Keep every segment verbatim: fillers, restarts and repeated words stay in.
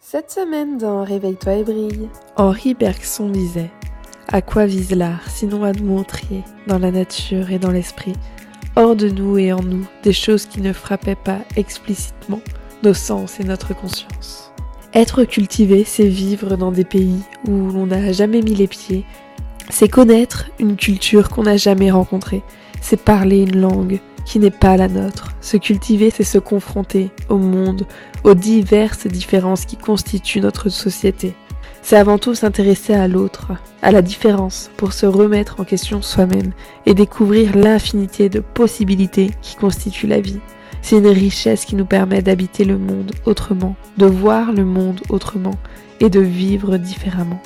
Cette semaine dans Réveille-toi et brille. Henri Bergson disait « À quoi vise l'art, sinon à nous montrer, dans la nature et dans l'esprit, hors de nous et en nous, des choses qui ne frappaient pas explicitement nos sens et notre conscience. Être cultivé, c'est vivre dans des pays où l'on n'a jamais mis les pieds, c'est connaître une culture qu'on n'a jamais rencontrée, c'est parler une langue qui n'est pas la nôtre. Se cultiver, c'est se confronter au monde, aux diverses différences qui constituent notre société. C'est avant tout s'intéresser à l'autre, à la différence, pour se remettre en question soi-même et découvrir l'infinité de possibilités qui constituent la vie. C'est une richesse qui nous permet d'habiter le monde autrement, de voir le monde autrement et de vivre différemment.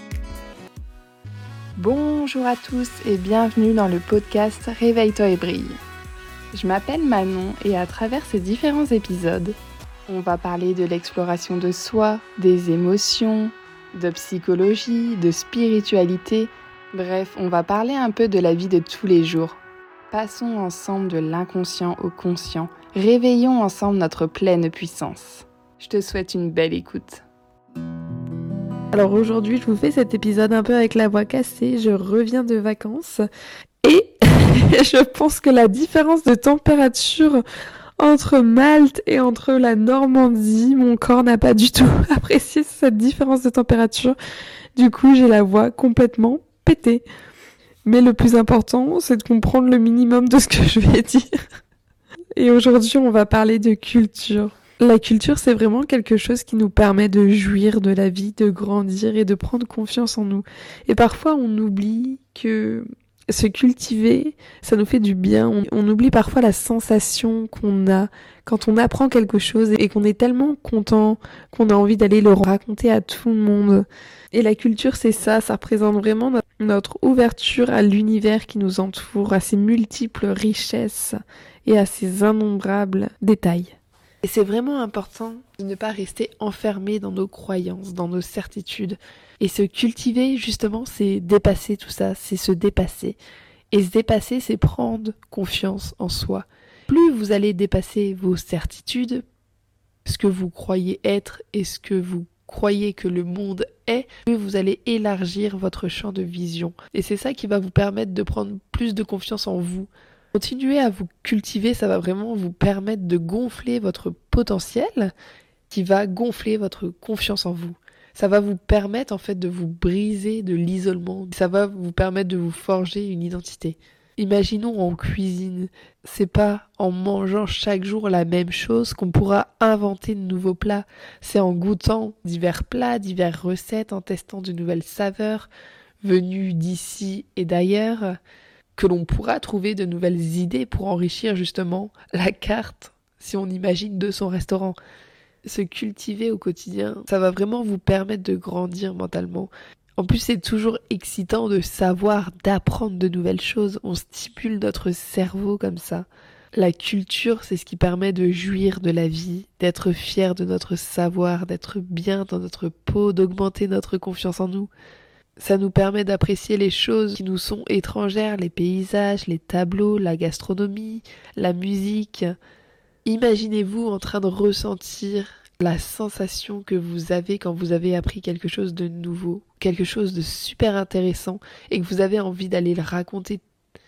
Bonjour à tous et bienvenue dans le podcast Réveille-toi et brille. Je m'appelle Manon et à travers ces différents épisodes, on va parler de l'exploration de soi, des émotions, de psychologie, de spiritualité. Bref, on va parler un peu de la vie de tous les jours. Passons ensemble de l'inconscient au conscient. Réveillons ensemble notre pleine puissance. Je te souhaite une belle écoute. Alors aujourd'hui, je vous fais cet épisode un peu avec la voix cassée. Je reviens de vacances et je pense que la différence de température entre Malte et entre la Normandie, mon corps n'a pas du tout apprécié cette différence de température. Du coup, j'ai la voix complètement pétée. Mais le plus important, c'est de comprendre le minimum de ce que je vais dire. Et aujourd'hui, on va parler de culture. La culture, c'est vraiment quelque chose qui nous permet de jouir de la vie, de grandir et de prendre confiance en nous. Et parfois, on oublie que se cultiver, ça nous fait du bien. On, on oublie parfois la sensation qu'on a quand on apprend quelque chose et qu'on est tellement content qu'on a envie d'aller le raconter à tout le monde. Et la culture, c'est ça, ça représente vraiment notre ouverture à l'univers qui nous entoure, à ses multiples richesses et à ses innombrables détails. Et c'est vraiment important de ne pas rester enfermé dans nos croyances, dans nos certitudes. Et se cultiver, justement, c'est dépasser tout ça, c'est se dépasser. Et se dépasser, c'est prendre confiance en soi. Plus vous allez dépasser vos certitudes, ce que vous croyez être et ce que vous croyez que le monde est, plus vous allez élargir votre champ de vision. Et c'est ça qui va vous permettre de prendre plus de confiance en vous. Continuer à vous cultiver, ça va vraiment vous permettre de gonfler votre potentiel, qui va gonfler votre confiance en vous. Ça va vous permettre en fait de vous briser de l'isolement. Ça va vous permettre de vous forger une identité. Imaginons en cuisine, c'est pas en mangeant chaque jour la même chose qu'on pourra inventer de nouveaux plats. C'est en goûtant divers plats, diverses recettes, en testant de nouvelles saveurs venues d'ici et d'ailleurs, que l'on pourra trouver de nouvelles idées pour enrichir justement la carte, si on imagine, de son restaurant. Se cultiver au quotidien, ça va vraiment vous permettre de grandir mentalement. En plus, c'est toujours excitant de savoir, d'apprendre de nouvelles choses. On stimule notre cerveau comme ça. La culture, c'est ce qui permet de jouir de la vie, d'être fier de notre savoir, d'être bien dans notre peau, d'augmenter notre confiance en nous. Ça nous permet d'apprécier les choses qui nous sont étrangères, les paysages, les tableaux, la gastronomie, la musique. Imaginez-vous en train de ressentir la sensation que vous avez quand vous avez appris quelque chose de nouveau, quelque chose de super intéressant et que vous avez envie d'aller le raconter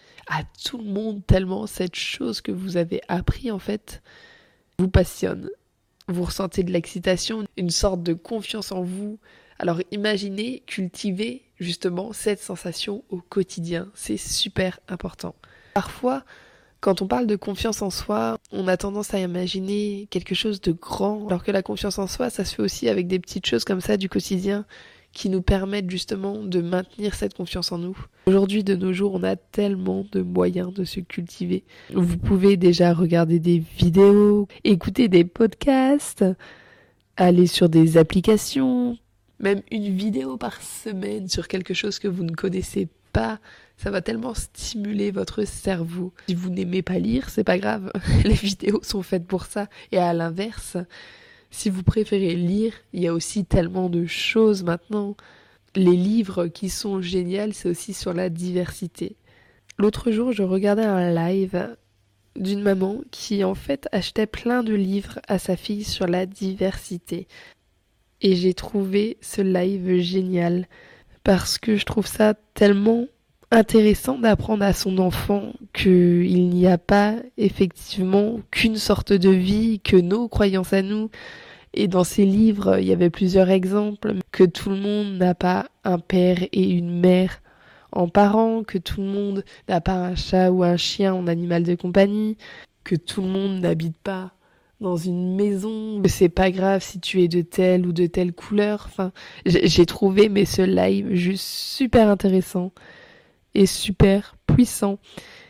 à tout le monde tellement cette chose que vous avez appris en fait vous passionne. Vous ressentez de l'excitation, une sorte de confiance en vous. Alors imaginez cultiver justement cette sensation au quotidien, c'est super important. Parfois, quand on parle de confiance en soi, on a tendance à imaginer quelque chose de grand, alors que la confiance en soi, ça se fait aussi avec des petites choses comme ça du quotidien qui nous permettent justement de maintenir cette confiance en nous. Aujourd'hui, de nos jours, on a tellement de moyens de se cultiver. Vous pouvez déjà regarder des vidéos, écouter des podcasts, aller sur des applications, même une vidéo par semaine sur quelque chose que vous ne connaissez pas, ça va tellement stimuler votre cerveau. Si vous n'aimez pas lire, c'est pas grave, les vidéos sont faites pour ça. Et à l'inverse, si vous préférez lire, il y a aussi tellement de choses maintenant. Les livres qui sont géniaux, c'est aussi sur la diversité. L'autre jour, je regardais un live d'une maman qui en fait achetait plein de livres à sa fille sur la diversité. Et j'ai trouvé ce live génial parce que je trouve ça tellement intéressant d'apprendre à son enfant qu'il n'y a pas effectivement qu'une sorte de vie, que nos croyances à nous. Et dans ces livres, il y avait plusieurs exemples, que tout le monde n'a pas un père et une mère en parents, que tout le monde n'a pas un chat ou un chien en animal de compagnie, que tout le monde n'habite pas dans une maison, que c'est pas grave si tu es de telle ou de telle couleur. Enfin, j'ai, j'ai trouvé mais ce live juste super intéressant et super puissant.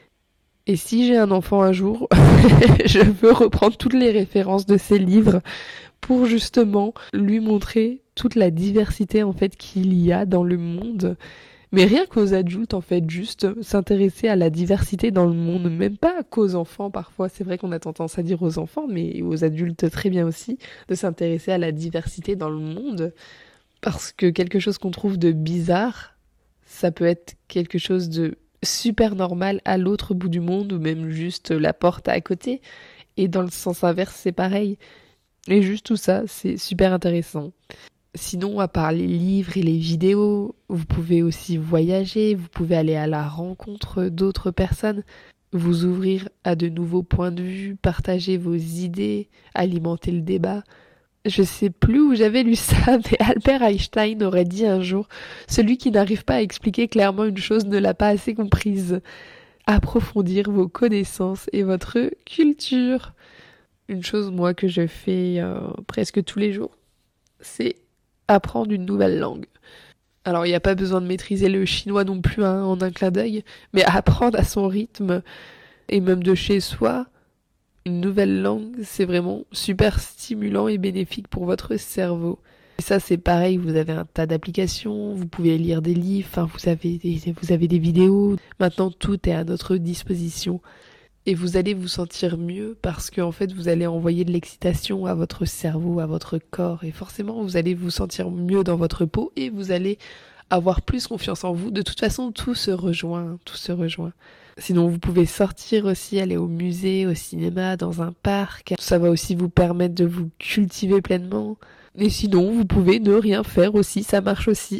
Et si j'ai un enfant un jour, je veux reprendre toutes les références de ces livres pour justement lui montrer toute la diversité en fait qu'il y a dans le monde. Mais rien qu'aux adultes, en fait, juste s'intéresser à la diversité dans le monde, même pas qu'aux enfants parfois, c'est vrai qu'on a tendance à dire aux enfants, mais aux adultes très bien aussi, de s'intéresser à la diversité dans le monde, parce que quelque chose qu'on trouve de bizarre, ça peut être quelque chose de super normal à l'autre bout du monde, ou même juste la porte à côté, et dans le sens inverse, c'est pareil. Et juste tout ça, c'est super intéressant. Sinon, à part les livres et les vidéos, vous pouvez aussi voyager, vous pouvez aller à la rencontre d'autres personnes, vous ouvrir à de nouveaux points de vue, partager vos idées, alimenter le débat. Je sais plus où j'avais lu ça, mais Albert Einstein aurait dit un jour « Celui qui n'arrive pas à expliquer clairement une chose ne l'a pas assez comprise. » Approfondir vos connaissances et votre culture. Une chose, moi, que je fais euh, presque tous les jours, c'est apprendre une nouvelle langue. Alors, il n'y a pas besoin de maîtriser le chinois non plus hein, en un clin d'œil, mais apprendre à son rythme, et même de chez soi, une nouvelle langue, c'est vraiment super stimulant et bénéfique pour votre cerveau. Et ça, c'est pareil, vous avez un tas d'applications, vous pouvez lire des livres, enfin, vous avez des, vous avez des vidéos. Maintenant, tout est à notre disposition. Et vous allez vous sentir mieux parce qu'en fait, vous allez envoyer de l'excitation à votre cerveau, à votre corps. Et forcément, vous allez vous sentir mieux dans votre peau et vous allez avoir plus confiance en vous. De toute façon, tout se rejoint, tout se rejoint. Sinon, vous pouvez sortir aussi, aller au musée, au cinéma, dans un parc. Ça va aussi vous permettre de vous cultiver pleinement. Et sinon, vous pouvez ne rien faire aussi, ça marche aussi.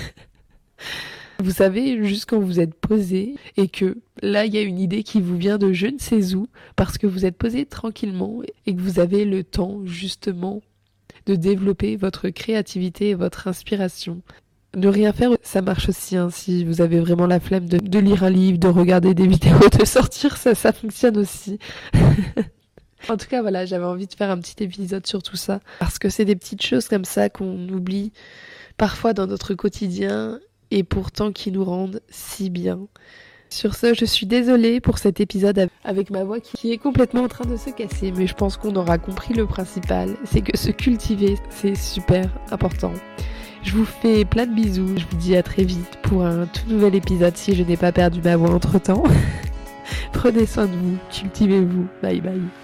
Vous savez, juste quand vous êtes posé et que là, il y a une idée qui vous vient de je ne sais où, parce que vous êtes posé tranquillement et que vous avez le temps, justement, de développer votre créativité et votre inspiration. Ne rien faire, ça marche aussi, hein, si vous avez vraiment la flemme de, de lire un livre, de regarder des vidéos, de sortir, ça, ça fonctionne aussi. En tout cas, voilà, j'avais envie de faire un petit épisode sur tout ça, parce que c'est des petites choses comme ça qu'on oublie parfois dans notre quotidien, et pourtant qui nous rendent si bien. Sur ce, je suis désolée pour cet épisode avec ma voix qui est complètement en train de se casser, mais je pense qu'on aura compris le principal, c'est que se cultiver, c'est super important. Je vous fais plein de bisous, je vous dis à très vite pour un tout nouvel épisode si je n'ai pas perdu ma voix entre temps. Prenez soin de vous, cultivez-vous, bye bye.